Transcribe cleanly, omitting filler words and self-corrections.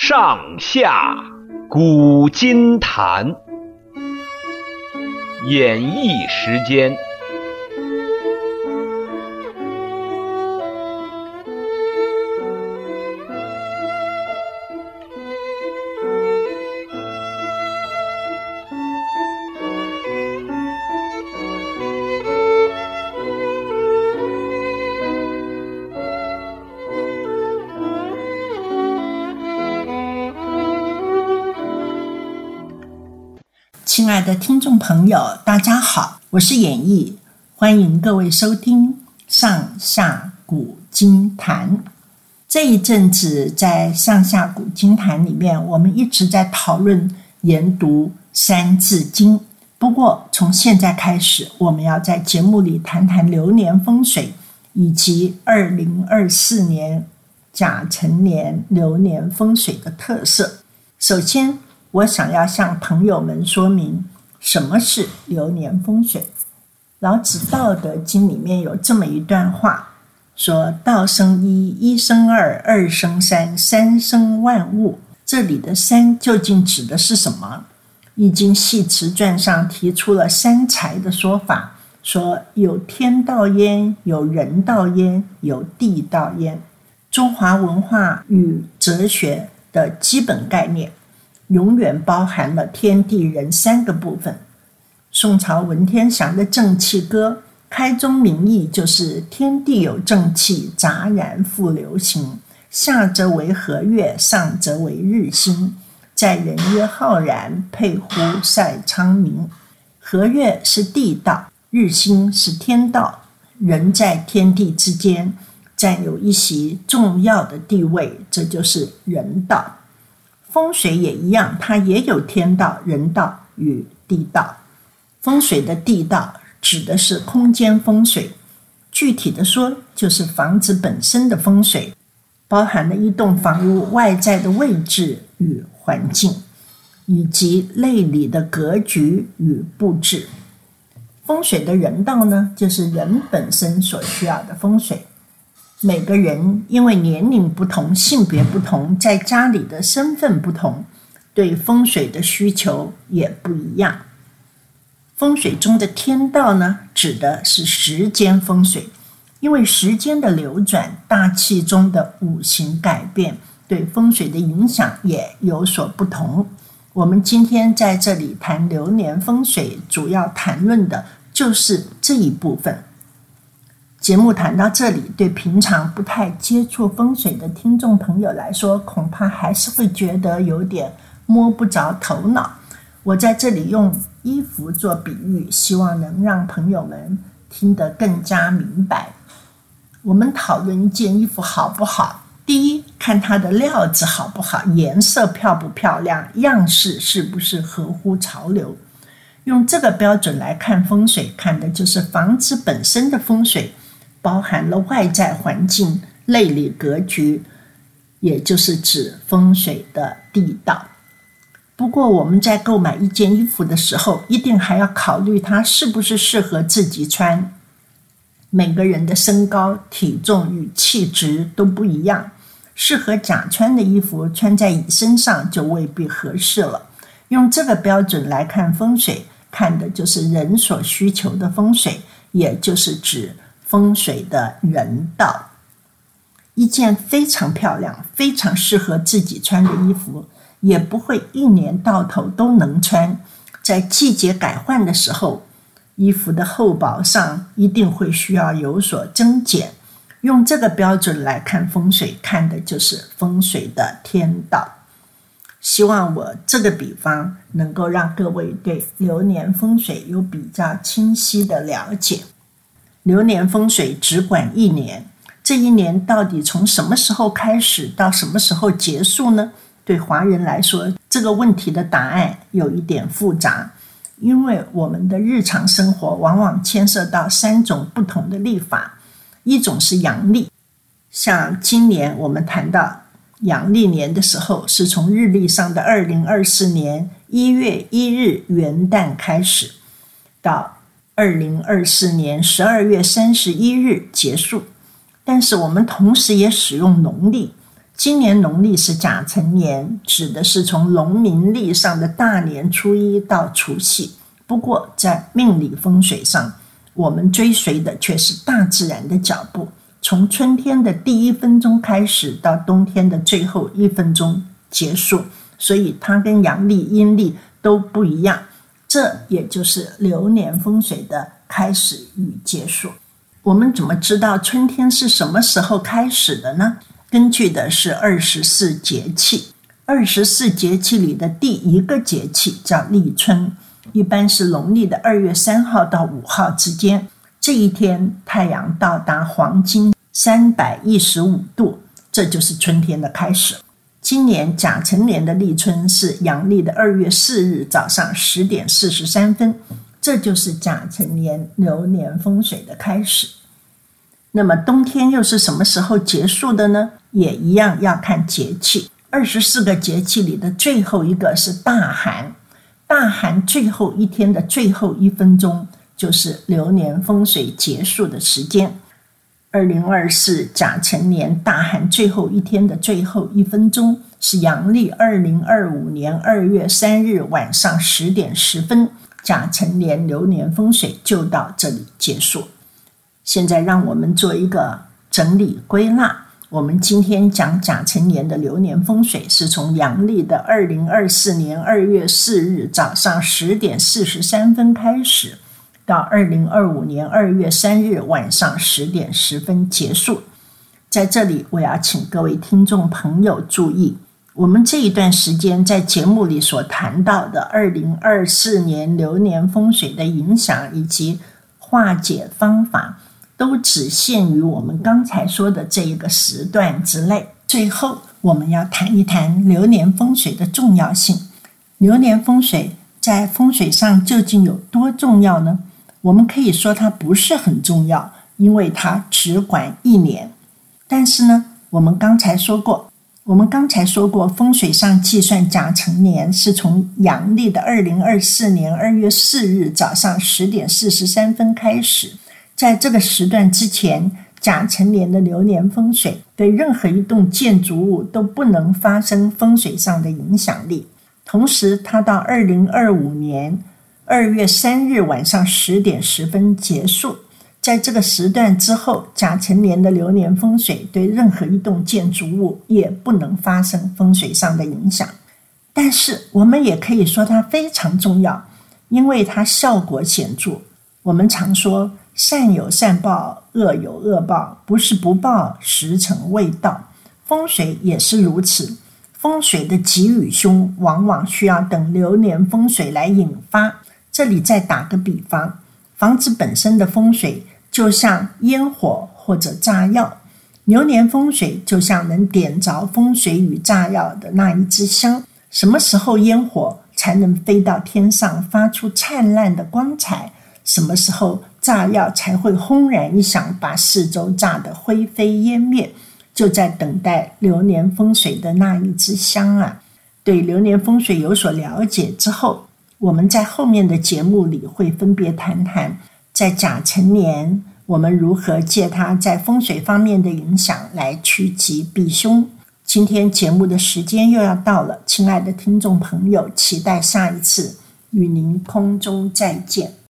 上下古今谈，演绎时间。 亲爱的听众朋友，大家好，我是演绎，欢迎各位收听上下古今谈。这一阵子在上下古今谈里面，我们一直在讨论研读三字经。不过从现在开始，我们要在节目里谈谈流年风水，以及2024年甲辰年流年风水的特色。首先我想要向朋友们说明什么是流年风水。老子道德经里面有这么一段话，说道生一，一生二，二生三，三生万物。这里的三究竟指的是什么？易经系辞传上提出了三才的说法，说有天道焉，有人道焉，有地道焉。中华文化与哲学的基本概念永远包含了天地人三个部分。宋朝文天祥的正气歌开宗明义就是天地有正气，杂然复流行，下则为和月，上则为日星，在人曰浩然，沛乎塞昌明。和月是地道，日星是天道，人在天地之间占有一席重要的地位，这就是人道。风水也一样，它也有天道、人道与地道。风水的地道指的是空间风水，具体的说就是房子本身的风水，包含了一栋房屋外在的位置与环境，以及内里的格局与布置。风水的人道呢，就是人本身所需要的风水。每个人因为年龄不同，性别不同，在家里的身份不同，对风水的需求也不一样。风水中的天道呢，指的是时间风水，因为时间的流转，大气中的五行改变，对风水的影响也有所不同。我们今天在这里谈流年风水，主要谈论的就是这一部分。节目谈到这里，对平常不太接触风水的听众朋友来说，恐怕还是会觉得有点摸不着头脑。我在这里用衣服做比喻，希望能让朋友们听得更加明白。我们讨论一件衣服好不好，第一，看它的料子好不好，颜色漂不漂亮，样式是不是合乎潮流。用这个标准来看风水，看的就是房子本身的风水，包含了外在环境、内里格局，也就是指风水的地道。不过我们在购买一件衣服的时候，一定还要考虑它是不是适合自己穿。每个人的身高、体重与气质都不一样，适合甲穿的衣服穿在乙身上就未必合适了。用这个标准来看风水，看的就是人所需求的风水，也就是指风水的人道。一件非常漂亮、非常适合自己穿的衣服，也不会一年到头都能穿。在季节改换的时候，衣服的厚薄上一定会需要有所增减。用这个标准来看风水，看的就是风水的天道。希望我这个比方能够让各位对流年风水有比较清晰的了解。流年风水只管一年，这一年到底从什么时候开始到什么时候结束呢？对华人来说，这个问题的答案有一点复杂，因为我们的日常生活往往牵涉到3种不同的历法。一种是阳历，像今年我们谈到阳历年的时候，是从日历上的2024年1月1日元旦开始，到2024年12月31日结束。但是我们同时也使用农历， 今年农历是甲辰年，指的是从农民历上的大年初一到除夕。不过在命理风水上，我们追随的却是大自然的脚步，从春天的第1分钟开始到冬天的最后1分钟结束，所以它跟阳历阴历都不一样。这也就是流年风水的开始与结束。我们怎么知道春天是什么时候开始的呢？根据的是24节气。24节气里的第1个节气叫立春，一般是农历的2月3号到5号之间。这一天太阳到达黄金315度，这就是春天的开始。今年甲辰年的立春是阳历的2月4日早上10点43分，这就是甲辰年流年风水的开始。那么冬天又是什么时候结束的呢？也一样要看节气。24个节气里的最后一个是大寒，大寒最后一天的最后1分钟就是流年风水结束的时间。2024甲辰年大寒最后一天的最后1分钟是阳历2025年2月3日晚上10点10分，甲辰年流年风水就到这里结束。现在让我们做一个整理归纳。我们今天讲甲辰年的流年风水是从阳历的2024年2月4日早上10点43分开始，到2025年2月3日晚上10点10分结束。在这里我要请各位听众朋友注意，我们这一段时间在节目里所谈到的2024年流年风水的影响以及化解方法，都只限于我们刚才说的这一个时段之内。最后我们要谈一谈流年风水的重要性。流年风水在风水上究竟有多重要呢？我们可以说它不是很重要，因为它只管1年。但是呢，我们刚才说过风水上计算甲辰年是从阳历的2024年2月4日早上10点43分开始。在这个时段之前，甲辰年的流年风水对任何一栋建筑物都不能发生风水上的影响力。同时它到2025年2月3日晚上10点10分结束。在这个时段之后，甲辰年的流年风水对任何一栋建筑物也不能发生风水上的影响。但是我们也可以说它非常重要，因为它效果显著。我们常说善有善报，恶有恶报，不是不报，时辰未到。风水也是如此，风水的吉与凶往往需要等流年风水来引发。这里再打个比方，房子本身的风水就像烟火或者炸药，流年风水就像能点着风水与炸药的那一支香。什么时候烟火才能飞到天上发出灿烂的光彩？什么时候炸药才会轰然一响，把四周炸得灰飞烟灭？就在等待流年风水的那一支香啊！对流年风水有所了解之后，我们在后面的节目里会分别谈谈，在甲辰年我们如何借它在风水方面的影响来趋吉避凶。今天节目的时间又要到了，亲爱的听众朋友，期待下一次与您空中再见。